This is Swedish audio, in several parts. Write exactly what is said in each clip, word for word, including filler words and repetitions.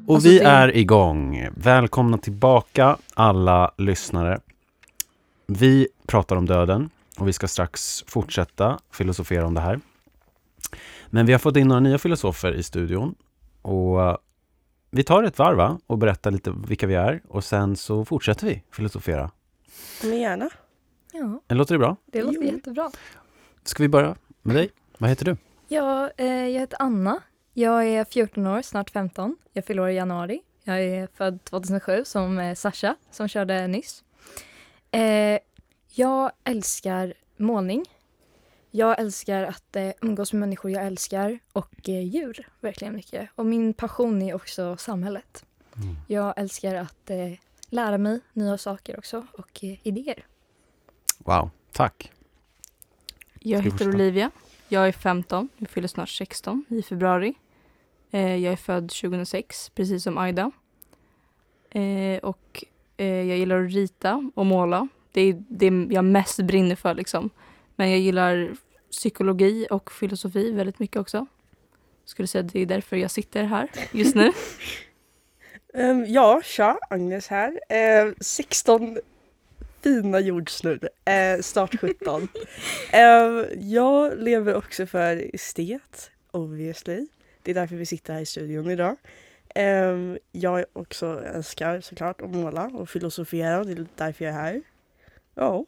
Och alltså vi det... är igång. Välkomna tillbaka alla lyssnare. Vi pratar om döden och vi ska strax fortsätta filosofera om det här. Men vi har fått in några nya filosofer i studion och vi tar ett varv va? Och berättar lite vilka vi är och sen så fortsätter vi filosofera. Men gärna. Ja, Låter det bra? det låter Jo. jättebra. Ska vi börja med dig? Vad heter du? Ja, eh, jag heter Anna. Jag är fjorton år, snart femton. Jag fyller år i januari. Jag är född tjugohundrasju som eh, Sasha, som körde nyss. Eh, jag älskar målning. Jag älskar att eh, umgås med människor jag älskar och eh, djur verkligen mycket. Och min passion är också samhället. Mm. Jag älskar att eh, lära mig nya saker också och eh, idéer. Wow, tack. Jag Ska vi heter fortsätta? Olivia. Jag är femton. Jag fyller snart sexton i februari. Eh, jag är född tjugohundrasex, precis som Aida. Eh, och eh, jag gillar att rita och måla. Det är det jag mest brinner för liksom. Men jag gillar psykologi och filosofi väldigt mycket också. Skulle säga att det är därför jag sitter här just nu. Um, ja, tja, Agnes här. Uh, sexton fina jordsnurr. Uh, snart sjutton. uh, jag lever också för estet, obviously. Det är därför vi sitter här i studion idag. Um, jag också älskar såklart att måla och filosofera. Det är därför jag är här. Ja.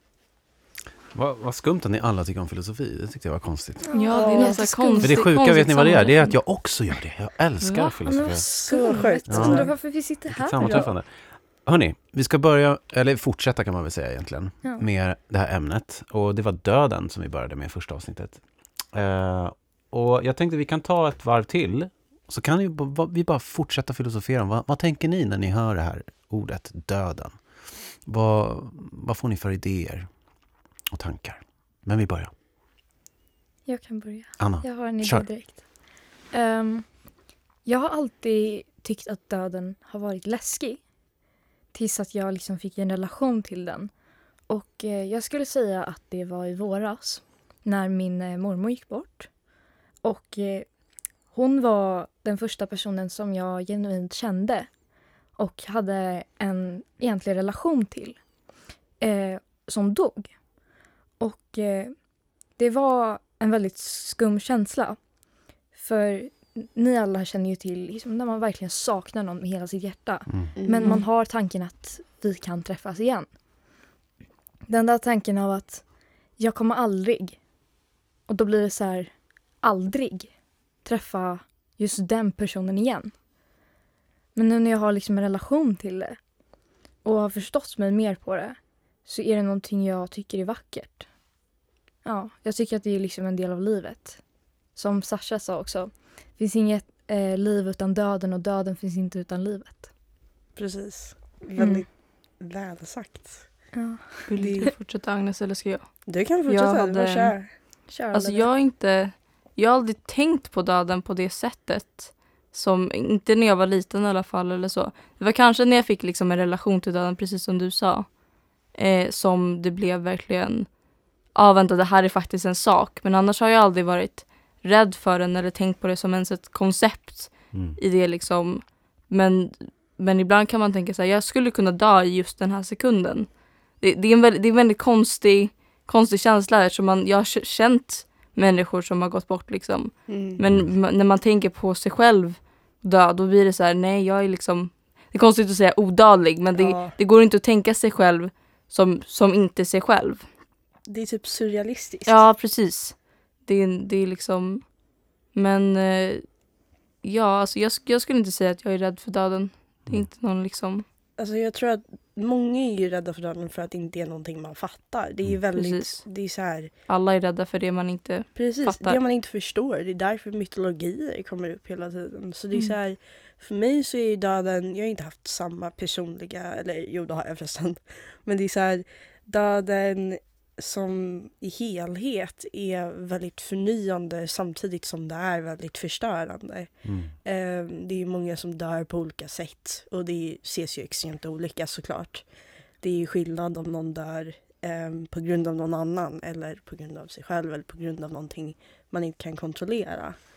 Vad, vad skumt att ni alla tycker om filosofi. Det tyckte jag var konstigt. Ja, det är något så här skumt. konstigt. För det sjuka, konstigt vet ni vad det är? Det är att sammanträffande. jag också gör det. Jag älskar Va? Ja, men vad filosofi. skumt. sjukt. Jag undrar Ja. varför vi sitter Vilket här sammanträffande. Hörrni, vi ska börja, eller fortsätta kan man väl säga egentligen, Ja. med det här ämnet. Och det var döden som vi började med i första avsnittet. Eh, och jag tänkte vi kan ta ett varv till. Så kan vi, b- vi bara fortsätta filosofera. Vad, vad tänker ni när ni hör det här ordet döden? Vad, vad får ni för idéer och tankar? Men vi börjar. Jag kan börja. Anna. Jag har en idé Kör. direkt. Ehm, jag har alltid tyckt att döden har varit läskig. Tills att jag liksom fick en relation till den. Och eh, jag skulle säga att det var i våras. När min eh, mormor gick bort. Och eh, hon var den första personen som jag genuint kände. Och hade en egentlig relation till. Eh, som dog. Och eh, det var en väldigt skum känsla. För ni alla känner ju till liksom, när man verkligen saknar någon med hela sitt hjärta. Mm. Men man har tanken att vi kan träffas igen. Den där tanken av att jag kommer aldrig, och då blir det så här, aldrig träffa just den personen igen. Men nu när jag har liksom en relation till det och har förstått mig mer på det, så är det någonting jag tycker är vackert. Ja, jag tycker att det är liksom en del av livet. Som Sasha sa också, det finns inget eh, liv utan döden och döden finns inte utan livet. Precis. Mm. Väldigt väl sagt. Ja, Vill du fortsätta Agnes eller ska jag? Du kan fortsätta. Jag hade- Var kär. kör Alltså alla jag har inte, jag har aldrig tänkt på döden på det sättet. Som, inte när jag var liten i alla fall eller så. Det var kanske när jag fick liksom en relation till döden, precis som du sa. Eh, som det blev verkligen, ja vänta det här är faktiskt en sak. Men annars har jag aldrig varit rädd för den eller tänkt på det som ens ett koncept Mm. i det liksom. Men, men ibland kan man tänka så här, jag skulle kunna dö i just den här sekunden. Det, det, är, en väldigt, det är en väldigt konstig, konstig känsla eftersom man, jag har k- känt människor som har gått bort liksom. Mm. Men ma- när man tänker på sig själv dö, då blir det så här, nej jag är liksom, det är konstigt att säga odödlig, men det, Ja. det går inte att tänka sig själv som, som inte sig själv. Det är typ surrealistiskt. Ja, precis. Det, är- det är liksom, men eh, ja, alltså jag, sk- jag skulle inte säga att jag är rädd för döden. Det är Mm. inte någon liksom, Alltså jag tror att många är ju rädda för döden för att det inte är någonting man fattar. Det är ju Mm. väldigt, Precis. det är så här, alla är rädda för det man inte, precis, Fattar. det man inte förstår. Det är därför mytologier kommer upp hela tiden. Så det är Mm. så här, för mig så är ju döden, jag har inte haft samma personliga, eller jo det har jag förresten. Men det är så här, döden som i helhet är väldigt förnyande samtidigt som det är väldigt förstörande. Mm. Eh, det är många som dör på olika sätt och det ses ju extremt olika såklart. Det är ju skillnad om någon dör eh, på grund av någon annan eller på grund av sig själv eller på grund av någonting man inte kan kontrollera.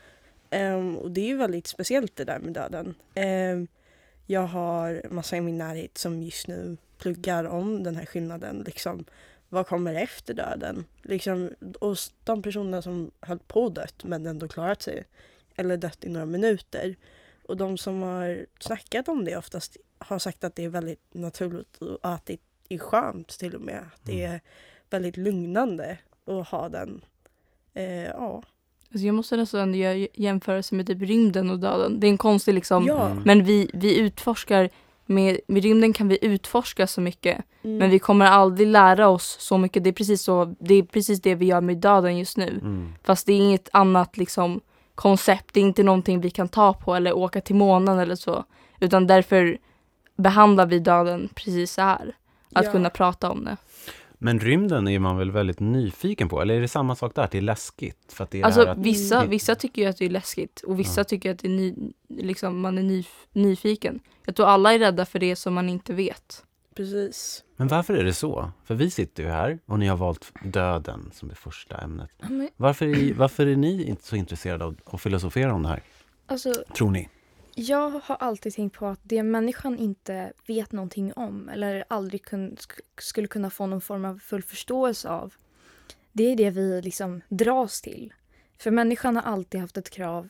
Um, och det är ju väldigt speciellt det där med döden. Um, jag har massa i min närhet som just nu pluggar om den här skillnaden. Liksom, vad kommer efter döden? Liksom, och de personerna som höll på dött men ändå klarat sig. Eller dött i några minuter. Och de som har snackat om det oftast har sagt att det är väldigt naturligt och att det är skönt till och med. Att det är väldigt lugnande att ha den. Eh, ja. Alltså jag måste nästan göra jämförelse med typ rymden och döden. Det är en konstig liksom, Ja. Mm. men vi, vi utforskar, med, med rymden kan vi utforska så mycket. Mm. Men vi kommer aldrig lära oss så mycket. Det är precis, så, det, är precis det vi gör med döden just nu. Mm. Fast det är inget annat liksom, koncept. Det är inte någonting vi kan ta på eller åka till månen eller så. Utan därför behandlar vi döden precis så här. Att Ja. kunna prata om det. Men rymden är man väl väldigt nyfiken på? Eller är det samma sak där? Att det är läskigt? För att det är Alltså det här att... vissa, Mm. vissa tycker ju att det är läskigt. Och vissa Ja. tycker att det är ny, liksom, man är ny, nyfiken. Jag tror alla är rädda för det som man inte vet. Precis. Men varför är det så? För vi sitter ju här och ni har valt döden som det första ämnet. Ja, men, Varför är, varför är ni inte så intresserade av att filosofera om det här? alltså, Tror ni? jag har alltid tänkt på att det människan inte vet någonting om eller aldrig kun, sk- skulle kunna få någon form av full förståelse av. Det är det vi liksom dras till. För människan har alltid haft ett krav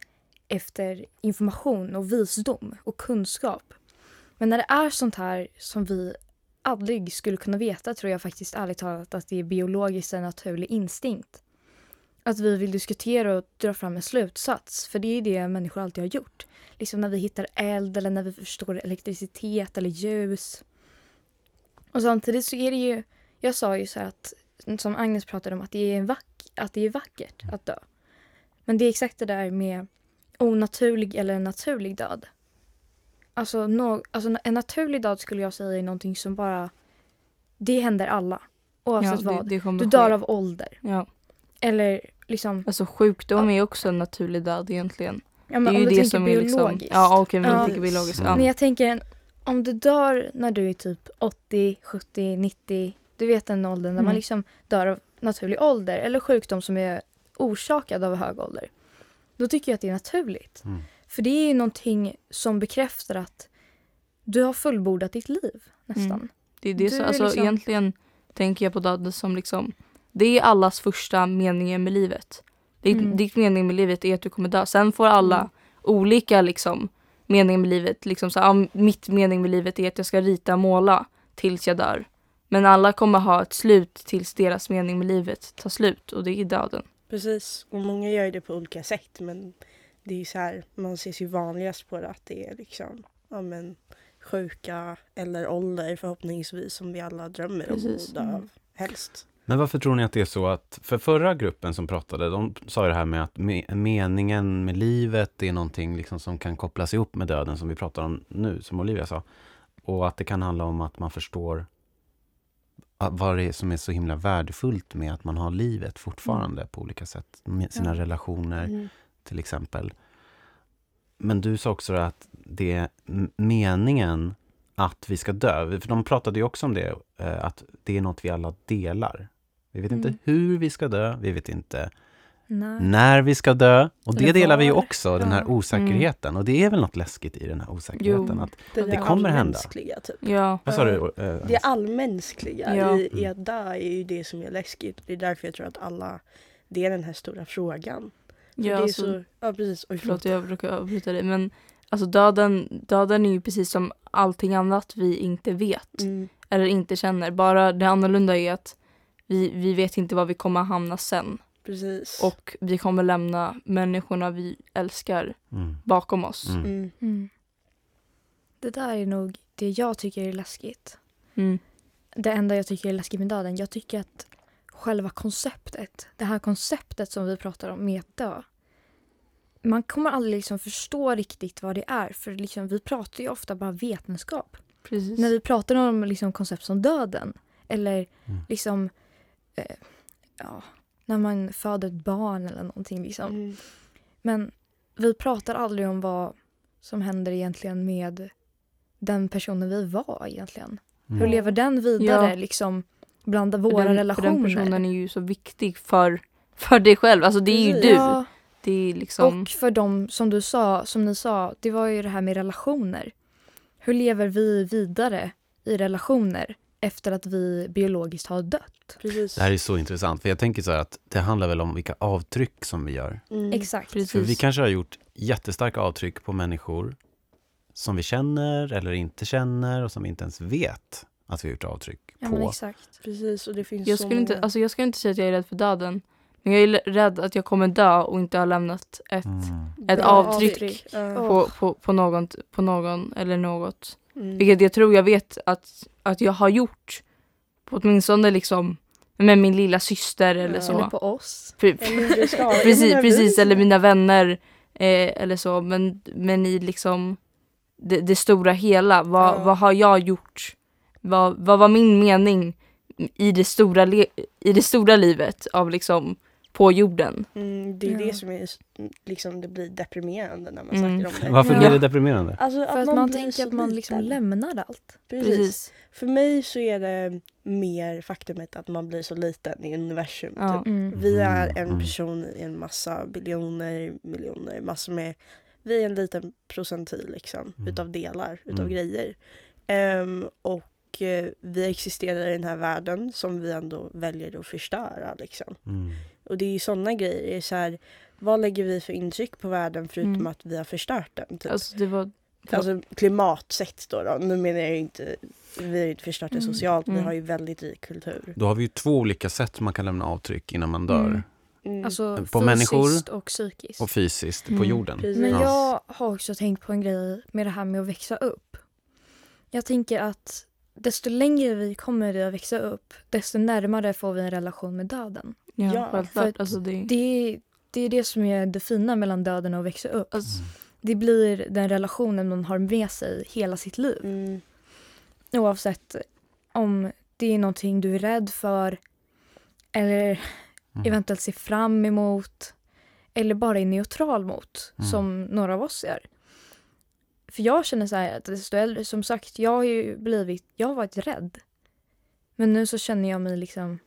efter information och visdom och kunskap. Men när det är sånt här som vi aldrig skulle kunna veta tror jag faktiskt ärligt talat att det är biologiskt en naturlig instinkt. Att vi vill diskutera och dra fram en slutsats. För det är det människor alltid har gjort. Liksom när vi hittar eld eller när vi förstår elektricitet eller ljus. Och samtidigt så är det ju, jag sa ju så här att, som Agnes pratade om, att det är, en vack, att det är vackert att dö. Men det är exakt det där med onaturlig eller en naturlig död. Alltså, no, alltså en naturlig död skulle jag säga är någonting som bara, det händer alla. Oavsett Ja, det, vad. det kommer Du ske. dör av ålder. Ja. Eller liksom, Alltså sjukdom är också en naturlig död egentligen. ja, men Det är om ju du det tänker som är liksom... biologiskt. Ja, okej, men Ja. vi tänker biologiskt. Ja. Mm. Men jag tänker, om du dör när du är typ åttio, sjuttio, nittio, du vet den åldern där Mm. man liksom dör av naturlig ålder eller sjukdom som är orsakad av hög ålder. Då tycker jag att det är naturligt. Mm. För det är ju någonting som bekräftar att du har fullbordat ditt liv nästan. Mm. Det är det Du så, är alltså liksom- egentligen tänker jag på döden som liksom, det är allas första meningen med livet. Ditt, Mm. ditt mening med livet är att du kommer dö. Sen får alla Mm. olika liksom mening med livet. Liksom så, ja, mitt mening med livet är att jag ska rita och måla tills jag dör. Men alla kommer ha ett slut tills deras mening med livet tar slut och det är döden. Precis. Och många gör det på olika sätt. Men det är ju så här, man ses ju vanligast på det att det är liksom, ja men, sjuka eller ålder förhoppningsvis som vi alla drömmer om Precis. att dö av. Helst. Men varför tror ni att det är så att, för förra gruppen som pratade, de sa ju det här med att me- meningen med livet är någonting liksom som kan kopplas ihop med döden som vi pratar om nu, som Olivia sa. Och att det kan handla om att man förstår att vad det är som är så himla värdefullt med att man har livet fortfarande Mm. på olika sätt. Med sina Ja. relationer Mm. till exempel. Men du sa också att det är m- meningen att vi ska dö. För de pratade ju också om det, eh, att det är något vi alla delar. Vi vet inte Mm. hur vi ska dö, vi vet inte Nej. när vi ska dö. Och det Eller delar vi ju var. också, den här Ja. osäkerheten. Och det är väl något läskigt i den här osäkerheten. Jo. Att, Det, Det där kommer hända. allmänskliga, typ. Ja, vad sa du? Eh, Det allmänskliga Ja. i, i att dö är ju det som är läskigt. Det är därför jag tror att alla, det är den här stora frågan. För ja det är alltså, så, ja precis. Oj, förlåt förlåt. jag brukar avbryta dig. Men alltså döden, döden är ju precis som allting annat vi inte vet. Mm. Eller inte känner. Bara det annorlunda är att vi, vi vet inte var vi kommer hamna sen. Precis. Och vi kommer lämna människorna vi älskar mm, bakom oss. mm. Mm. Mm. Det där är nog det jag tycker är läskigt. Mm. Det enda jag tycker är läskigt med döden. Jag tycker att själva konceptet, det här konceptet som vi pratar om med att dö. Man kommer aldrig liksom förstå riktigt vad det är. För liksom, vi pratar ju ofta bara vetenskap. Precis. När vi pratar om liksom, koncept som döden. Eller Mm. liksom, eh, ja, när man föder ett barn eller någonting. Liksom. Mm. Men vi pratar aldrig om vad som händer egentligen med den personen vi var egentligen. Hur Mm. lever den vidare Ja. liksom bland För våra den, relationer? För den personen är ju så viktig för, för dig själv. Alltså det är ju Precis. du. Ja, Det det är liksom... Och för dem som du sa, som ni sa, det var ju det här med relationer. Hur lever vi vidare i relationer efter att vi biologiskt har dött? Precis. Det här är så intressant, för jag tänker så här att det handlar väl om vilka avtryck som vi gör. Mm. Exakt. Precis. För vi kanske har gjort jättestarka avtryck på människor som vi känner eller inte känner och som vi inte ens vet att vi har gjort avtryck Ja, på. men exakt. Precis, och det finns Jag så skulle, inte, många- alltså jag skulle inte säga att jag är rädd för döden. Men jag är rädd att jag kommer dö och inte ha lämnat ett, Mm. ett bra avtryck. Ja. Åh. på, på, på, någon, på någon eller något. Mm. Vilket jag tror jag vet att, att jag har gjort. På åtminstone liksom med min lilla syster eller Ja. så. Eller på oss. Pre- En mindre skala. precis, Jag menar, precis vi- eller mina vänner eh, eller så. Men, men i liksom det, det stora hela. Vad, Ja. vad har jag gjort? Vad, vad var min mening i det stora, le- i det stora livet av liksom på jorden? Mm, det är Ja. det som är liksom, det blir deprimerande när man Mm. snackar om det. Varför Ja. blir det deprimerande? Alltså, För att man blir tänker så att man liksom liten. lämnar allt. Precis. Precis. För mig så är det mer faktumet att man blir så liten i universum. Ja. Typ. Mm. Vi är en Mm. person i en massa biljoner, miljoner, massor med... Vi är en liten procentil liksom, Mm. utav delar, utav Mm. grejer. Ehm, och eh, vi existerar i den här världen som vi ändå väljer att förstöra. Liksom. Mm. Och det är ju sådana grejer. Det är så här, vad lägger vi för intryck på världen förutom Mm. att vi har förstört den? Typ. Alltså det var... Alltså klimatsett då, då. Nu menar jag ju inte, vi har ju inte förstört det Mm. socialt, Mm. vi har ju väldigt rik kultur. Då har vi ju två olika sätt man kan lämna avtryck innan man dör. Mm. Mm. Alltså På fysiskt människor och psykiskt. Och fysiskt på Mm. jorden. Precis. Men Ja. jag har också tänkt på en grej med det här med att växa upp. Jag tänker att desto längre vi kommer i att växa upp, desto närmare får vi en relation med döden. Ja, Ja, självklart. för att Alltså det, Det är, det är det som är det fina mellan döden och att växa upp. alltså, Det blir den relationen man har med sig hela sitt liv. Mm. Oavsett om det är någonting du är rädd för eller Mm. eventuellt ser fram emot eller bara är neutral mot, Mm. som några av oss är. För jag känner så här att desto äldre, som sagt, jag har ju blivit, jag har varit rädd. Men nu så känner jag mig liksom,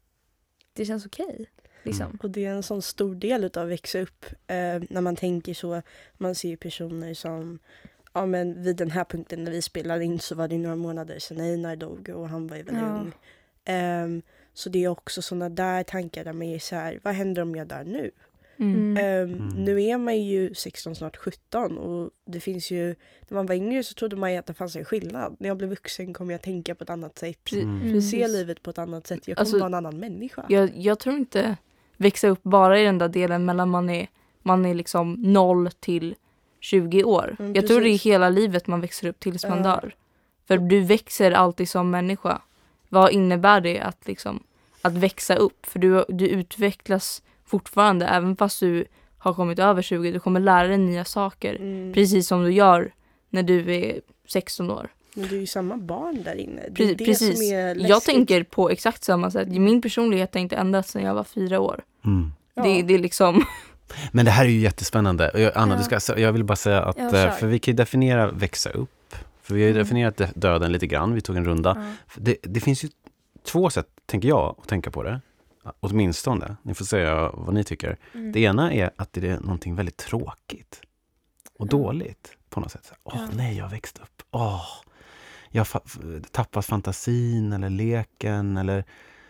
det känns okej. Liksom. Och det är en sån stor del utav att växa upp eh, när man tänker så. Man ser ju personer som, ja men vid den här punkten när vi spelar in så var det några månader sedan Einar dog och han var ju väldigt Ja. ung. Ehm, så det är också såna där tankar där man är så här, vad händer om jag dör nu? mm. Mm. Ehm, Mm. Nu är man ju sexton, snart sjutton och det finns ju, när man var yngre så trodde man ju att det fanns en skillnad. När jag blev vuxen kommer jag tänka på ett annat sätt. Pre- Mm. Mm. Se livet på ett annat sätt. Jag kommer Alltså, vara en annan människa. Jag, jag tror inte växa upp bara i den där delen mellan man är, man är liksom noll till tjugo år. Mm, jag tror det är precis. hela livet man växer upp tills man Ja. dör. För du växer alltid som människa. Vad innebär det att, liksom, att växa upp? För du, du utvecklas fortfarande även fast du har kommit över tjugo. Du kommer lära dig nya saker. Mm. Precis som du gör när du är sexton år. Men du är ju samma barn där inne. Det är Precis. det precis. som är läskigt. Jag tänker på exakt samma sätt. Min personlighet har inte ändrats sedan jag var fyra år. Mm. Ja. Det, det är liksom... Men det här är ju jättespännande. Och jag- Anna, Ja. du ska, jag vill bara säga att, Ja, eh, kör. för vi kan ju definiera växa upp. För vi har ju Mm. definierat dö- döden lite grann, vi tog en runda. Ja. För Det, det finns ju två sätt, tänker jag, att tänka på det. Åtminstone. Ni får säga vad ni tycker. Mm. Det ena är att det är någonting väldigt tråkigt. Och Ja. dåligt på något sätt. Åh Ja. nej, jag har växt upp. Åh, jag har fa- tappat fantasin eller leken eller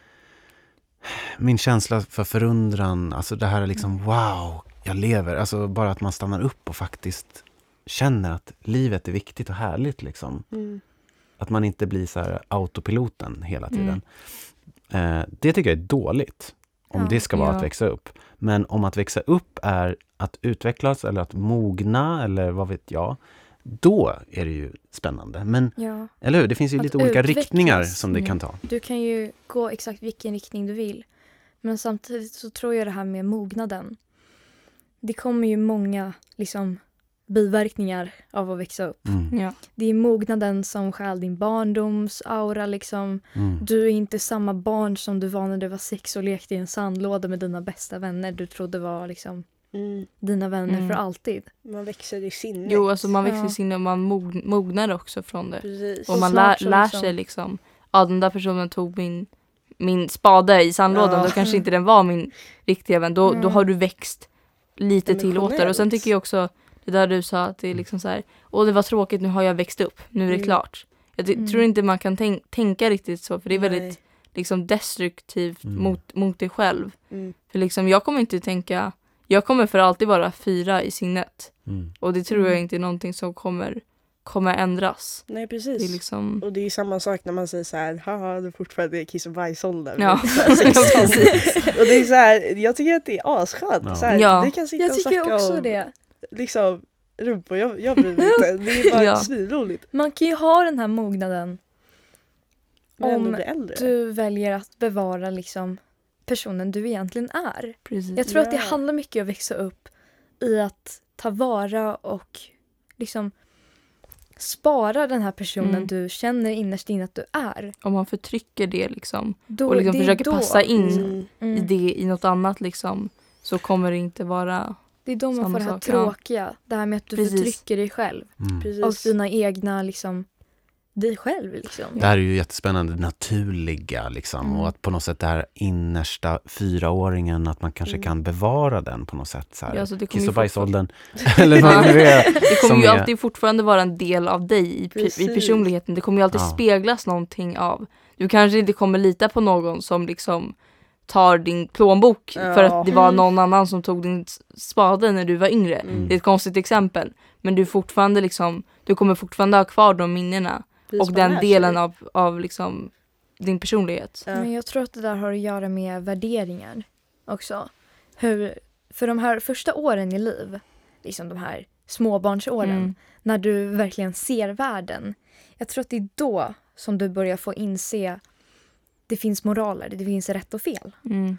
min känsla för förundran. Alltså det här är liksom wow, jag lever. Alltså bara att man stannar upp och faktiskt känner att livet är viktigt och härligt liksom. Mm. Att man inte blir så här autopiloten hela tiden. Eh, det tycker jag är dåligt. Om Ja. det ska vara Ja. att växa upp. Men om att växa upp är att utvecklas eller att mogna eller vad vet jag. Då är det ju spännande. Men, Ja. eller hur? Det finns ju Att lite olika utvecklas. riktningar som det Mm. kan ta. Du kan ju gå exakt vilken riktning du vill. Men samtidigt så tror jag det här med mognaden. Det kommer ju många liksom biverkningar av att växa upp. Mm. Ja. Det är mognaden som stjäl din barndoms aura liksom. Mm. Du är inte samma barn som du var när du var sex och lekte i en sandlåda med dina bästa vänner. Du trodde var liksom Mm. dina vänner Mm. för alltid. Man växer i sinnet. Jo, alltså man växer Ja. i sinne och man mog- mognar också från det. Precis. Och Och man snart lär, så lär liksom- sig liksom, ja den där personen tog min, min spade i sandlådan, Ja. då kanske inte den var min riktiga vän. Då, då Mm. har du växt lite till åt det. Och sen tycker jag också, det där du sa, att det är liksom så här, åh det var tråkigt, nu har jag växt upp, nu är det Mm. klart. Jag t- Mm. tror inte man kan tänk- tänka riktigt så, för det är Nej. väldigt liksom destruktivt Mm. mot, mot dig själv. Mm. För liksom, jag kommer inte tänka, jag kommer för alltid vara fyra i sinnet. Mm. Och det tror jag Mm. inte är någonting som kommer, kommer ändras. Nej, Det är precis. liksom... Och det är samma sak när man säger så här, haha, du är fortfarande kiss- och bajsålder. Ja, sexton. precis. Och det är så här, jag tycker att det är asskönt. Ja. Så här, Ja. vi kan sitta Jag och tycker snacka också om, det. liksom, rumpor. Jag, jag bryr mig inte. Det är bara Ja. svinroligt. Man kan ju ha den här mognaden Men ändå Om bli äldre. du väljer att bevara liksom personen du egentligen är. Precis. Jag tror att det Ja. handlar mycket om att växa upp i att ta vara och liksom spara den här personen Mm. du känner innerst inne att du är. Om man förtrycker det liksom, Då, och liksom det är försöker då, passa in Mm. Mm. i det i något annat liksom, så kommer det inte vara... Det är då man Samma får det här sak, ja. tråkiga. Det här med att du Precis. förtrycker dig själv. Mm. Precis. Och dina egna liksom, dig själv liksom. Det här är ju jättespännande, naturliga liksom. Mm. Och att på något sätt det här innersta fyraåringen, att man kanske Mm. kan bevara den på något sätt. Så här. Ja, så det kommer Kiss- ju och bajsåldern. Eller vad Ja. det nu är. Det kommer som ju är- alltid fortfarande vara en del av dig i, pe- i Precis. personligheten. Det kommer ju alltid Ja. speglas någonting av... Du kanske inte kommer lita på någon som liksom tar din plånbok Ja. för att det var Mm. någon annan som tog din s- spade när du var yngre. Mm. Det är ett konstigt exempel. Men du fortfarande liksom, du kommer fortfarande ha kvar de minnena Precis, och man den lär delen sig. av, av liksom din personlighet. Ja. Men jag tror att det där har att göra med värderingar också. Hur, för de här första åren i liv, liksom de här småbarnsåren, Mm. när du verkligen ser världen. Jag tror att det är då som du börjar få inse det finns moraler, det finns rätt och fel. Mm.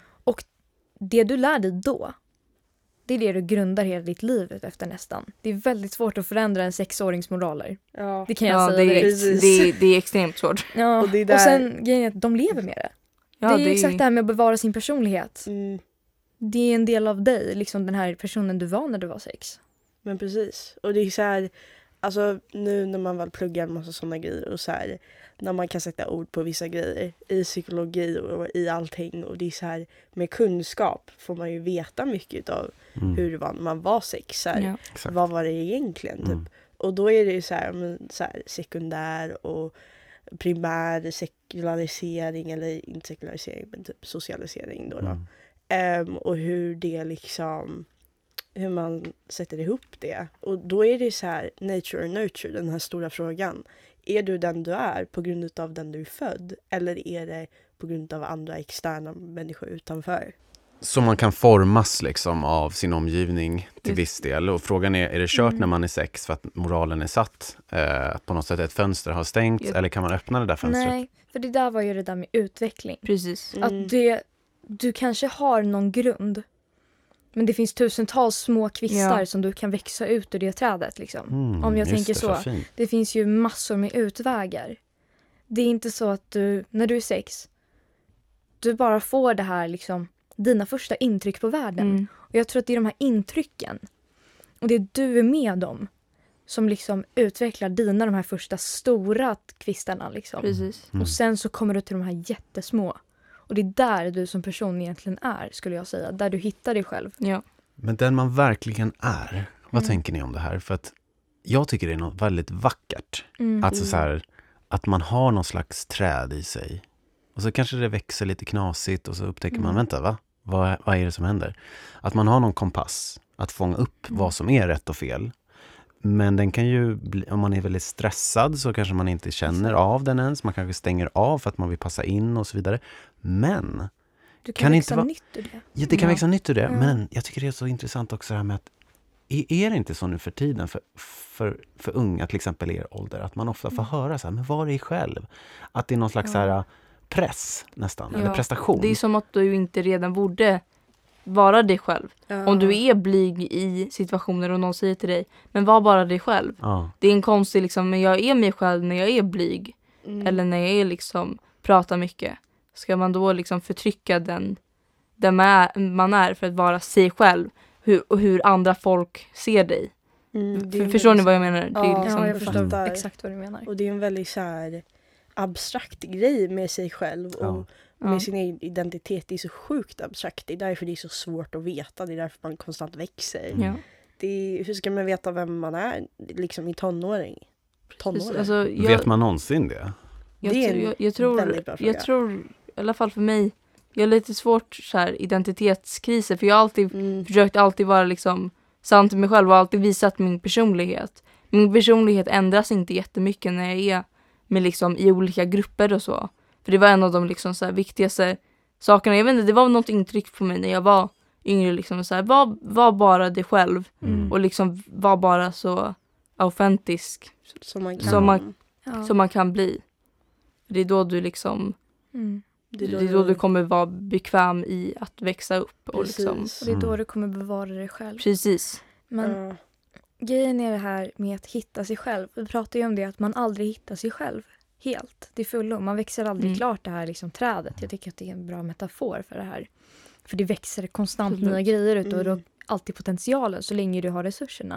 Det du lär dig då, det är det du grundar hela ditt liv ut efter nästan. Det är väldigt svårt att förändra en sexårings moraler. Ja. Det kan jag Ja, säga det, direkt. är, Precis. det, är, det är extremt svårt. Ja, Och och, det är där- sen grejen är att de lever med det. Ja, det är exakt det här med att bevara sin personlighet. Mm. Det är en del av dig, liksom den här personen du var när du var sex. Men precis. Och det är så här, alltså nu när man väl pluggar en massa sådana grejer och så här, när man kan sätta ord på vissa grejer i psykologi och i allting, och det är så här, med kunskap får man ju veta mycket av Mm. hur det var när man var sex. Så här, Ja. Exakt. vad var det egentligen typ? Mm. Och då är det ju så här, men, så här sekundär och primär sekularisering, eller inte sekularisering men typ socialisering då. då. Mm. Ehm, och hur det liksom, hur man sätter ihop det. Och då är det så här, nature or nurture, den här stora frågan. Är du den du är på grund av den du är född? Eller är det på grund av andra externa människor utanför? Så man kan formas liksom av sin omgivning till Just. viss del. Och frågan är, är det kört Mm. när man är sex för att moralen är satt? Eh, att på något sätt ett fönster har stängt? Just. Eller kan man öppna det där fönstret? Nej, för det där var ju det där med utveckling. Precis. Mm. Att det, du kanske har någon grund, men det finns tusentals små kvistar Ja. som du kan växa ut ur det trädet. Liksom. Mm, Om jag just tänker det, så. vad fint. Det finns ju massor med utvägar. Det är inte så att du, när du är sex, du bara får det här, liksom, dina första intryck på världen. Mm. Och jag tror att det är de här intrycken och det du är med om som liksom utvecklar dina de här första stora kvistarna. Liksom. Precis. Mm. Och sen så kommer du till de här jättesmå. Och det är där du som person egentligen är, skulle jag säga. Där du hittar dig själv. Ja. Men den man verkligen är, vad Mm. tänker ni om det här? För att jag tycker det är något väldigt vackert. Mm. Alltså så här, att man har någon slags träd i sig. Och så kanske det växer lite knasigt och så upptäcker man, Mm. vänta va? Vad, vad är det som händer? Att man har någon kompass att fånga upp Mm. vad som är rätt och fel. Men den kan ju, bli, om man är väldigt stressad så kanske man inte känner av den ens. Man kanske stänger av för att man vill passa in och så vidare. Men, Du kan, kan växa inte vara- nytt ur det. ja, det kan Ja. växa nytt ur det. Ja. Men jag tycker det är så intressant också det här med att är är det inte så nu för tiden för, för, för unga, till exempel i er ålder, att man ofta får höra så här, men var dig själv. Att det är någon slags Ja. så här press nästan, Ja. eller prestation. Det är som att du inte redan borde vara dig själv. Om du är blyg i situationer och någon säger till dig, men var bara dig själv. Ja. Det är en konstig liksom, men jag är mig själv när jag är blyg. Mm. Eller när jag är liksom, pratar mycket. Ska man då liksom förtrycka den, den man är- man är för att vara sig själv? Hur, och hur andra folk ser dig. Mm, det är För, en förstår ni väldigt- vad jag menar? Det är Ja, liksom, Ja, jag jag förstår fattar. exakt vad du menar. Och det är en väldigt så här abstrakt grej med sig själv. Och Ja. Ja. med sin egen identitet. Det är så sjukt abstrakt. Det är därför det är så svårt att veta. Det är därför man konstant växer. Ja. Det är, hur ska man veta vem man är liksom i tonåring? tonåring? Alltså, jag, Vet man någonsin det? jag, Det är tror- en jag, jag, tror, väldigt bra fråga. jag tror, i alla fall för mig, jag har lite svårt så här, identitetskriser. För jag har alltid Mm. försökt alltid vara liksom sant till mig själv och alltid visat min personlighet. Min personlighet ändras inte jättemycket när jag är med liksom i olika grupper och så. För det var en av de liksom så här viktigaste sakerna. Jag vet inte, det var något intryck på mig när jag var yngre. Liksom, så här, var, var bara dig själv Mm. och liksom var bara så autentisk Som man kan. Som man- Ja. som man kan bli. Det är då du liksom Mm. Det det är då du kommer vara bekväm i att växa upp. Och Precis. liksom, Och det är då Mm. du kommer bevara dig själv. precis. Men Ja. grejen är det här med att hitta sig själv. Vi pratar ju om det att man aldrig hittar sig själv helt till fullo. Man växer aldrig Mm. klart det här liksom trädet. Jag tycker att det är en bra metafor för det här. För det växer konstant Absolut. nya grejer ut och Mm. du har alltid potentialen så länge du har resurserna.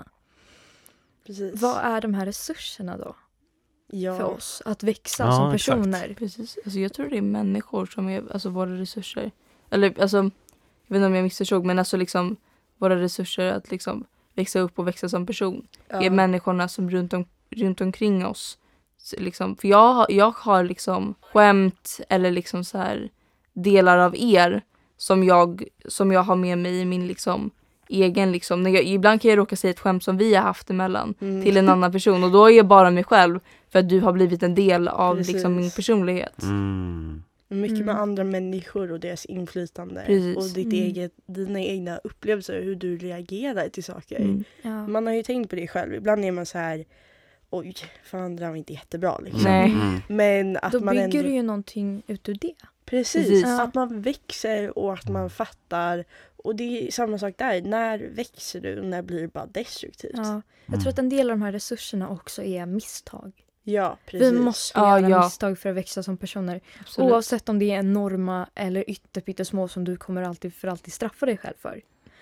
Precis. Vad är de här resurserna då ja. för oss att växa Ja, som exakt. personer? Precis. Alltså, jag tror det är människor som är alltså, våra resurser. Eller alltså, jag vet inte om jag missförstod, men alltså liksom våra resurser att liksom växa upp och växa som person. Ja. Är människorna som runt, om, runt omkring oss. Så liksom, för jag, har- jag har liksom skämt eller liksom så här delar av er som jag, som jag har med mig i min liksom egen liksom. När jag, ibland kan jag råka säga ett skämt som vi har haft emellan Mm. till en annan person och då är jag bara mig själv för att du har blivit en del av Precis. liksom min personlighet. Mm. Mycket med Mm. andra människor och deras inflytande. Precis. Och ditt Mm. eget, dina egna upplevelser, hur du reagerar till saker. Mm. Ja. Man har ju tänkt på det själv. Ibland är man så här, oj, fan det där var inte jättebra. Liksom. Nej. Mm. Men att Då man bygger ändå... du ju någonting ut ur det. Precis, Precis. Ja. att man växer och att man fattar. Och det är samma sak där. När växer du och när blir det bara destruktivt? Ja, Ja. Jag tror att en del av de här resurserna också är misstag. precis. Vi måste Ja, göra ja. misstag för att växa som personer. Absolut. Oavsett om det är enorma eller ytterpyttesmå som du kommer alltid för alltid straffa dig själv för.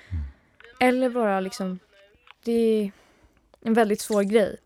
Eller bara liksom, det är en väldigt svår grej.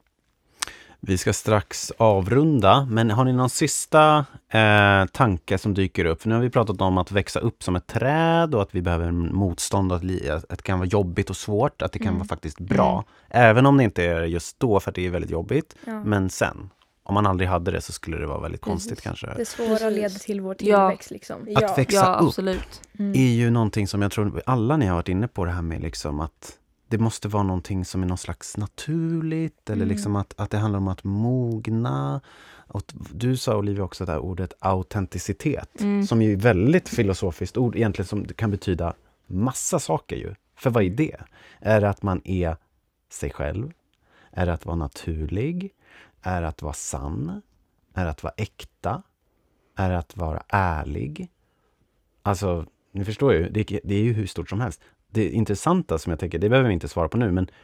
Vi ska strax avrunda, men har ni någon sista eh, tanke som dyker upp? För nu har vi pratat om att växa upp som ett träd och att vi behöver en motstånd, att, li- att det kan vara jobbigt och svårt, att det kan Mm. vara faktiskt bra. Även om det inte är just då för att det är väldigt jobbigt, Ja. men sen. Om man aldrig hade det så skulle det vara väldigt Precis. konstigt kanske. Det svåra Precis. leder till vår Ja. tillväxt liksom. Ja. Att växa Ja, upp absolut. Mm. är ju någonting som jag tror alla ni har varit inne på det här med liksom att det måste vara någonting som är någon slags naturligt eller Mm. liksom att, att det handlar om att mogna. Och du sa Olivia också det här ordet autenticitet Mm. som ju är väldigt filosofiskt ord egentligen som kan betyda massa saker ju. För vad är det? Är det att man är sig själv? Är det att vara naturlig? Är det att vara sann? Är det att vara äkta? Är det att vara ärlig? Alltså, ni förstår ju, det, det är ju hur stort som helst. Det intressanta som jag tänker, det behöver vi inte svara på nu, men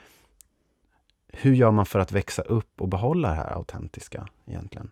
hur gör man för att växa upp och behålla det här autentiska egentligen?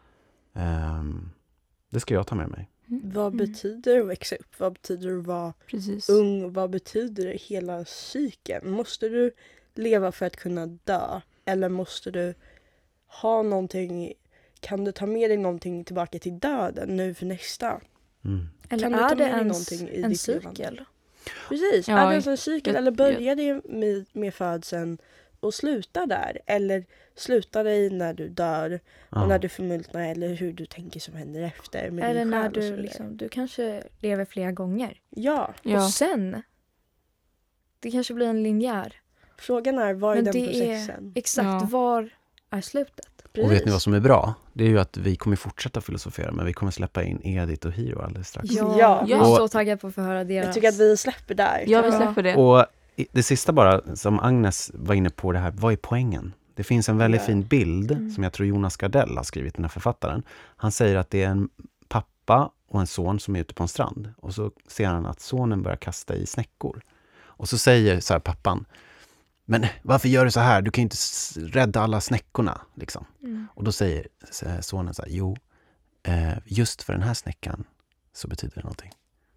Ehm, det ska jag ta med mig. Vad Mm. betyder det att växa upp? Vad betyder det att vara Precis. ung? Vad betyder det hela cykeln? Måste du leva för att kunna dö? Eller måste du ha någonting? Kan du ta med dig någonting tillbaka till döden nu för nästa? Mm. Eller Kan du ta är det med dig ens någonting i en ditt levande? cykel? Precis, Ja, är det ens en cykel jag- eller börjar det med, med födseln och slutar där? Eller slutar det när du dör och Ja. när du förmultnar eller hur du tänker som händer efter med Eller din när själ och så du vidare. liksom, du kanske lever flera gånger. Ja, Ja. Och sen, det kanske blir en linjär. frågan är vad är Men den det är processen? exakt, Ja. var är slutet? Och vet ni vad som är bra? Det är ju att vi kommer fortsätta filosofera, men vi kommer släppa in Edith och Hiro alldeles strax. Ja, Ja. jag är Och- så taggad på att få höra deras. Jag tycker att vi släpper där. Ja, vi Ja. släpper det. Och i- det sista bara, som Agnes var inne på det här, vad är poängen? Det finns en väldigt Ja. fin bild Mm. som jag tror Jonas Gardell har skrivit, den här författaren. Han säger att det är en pappa och en son som är ute på en strand. Och så ser han att sonen börjar kasta i snäckor. Och så säger så här pappan, men varför gör du så här? Du kan ju inte s- rädda alla snäckorna. Liksom. Mm. Och då säger s- sonen så här, jo, eh, just för den här snäckan så betyder det någonting.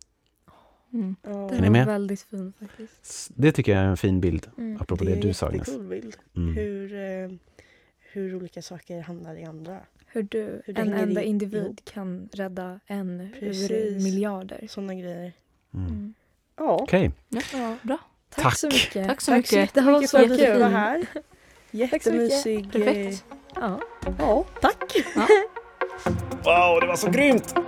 Mm. Ja. Är Den ni var med? väldigt fin faktiskt. S- Det tycker jag är en fin bild, Mm. apropå Det det, är du en sa Agnes. jättecool bild. Mm. Hur, eh, hur olika saker hamnar i andra. hur du, Hur det en hänger enda i- individ ihop. kan rädda en ur Precis. miljarder. Sådana grejer. Mm. Mm. Ja. Okej, Ja. Bra. Tack, Tack. så mycket. Tack så Tack så mycket. Det var jättemycket så för att du kul. var här. Tack så mycket. Jättemysig. Perfekt. Ja. Ja, tack. wow, det var så grymt!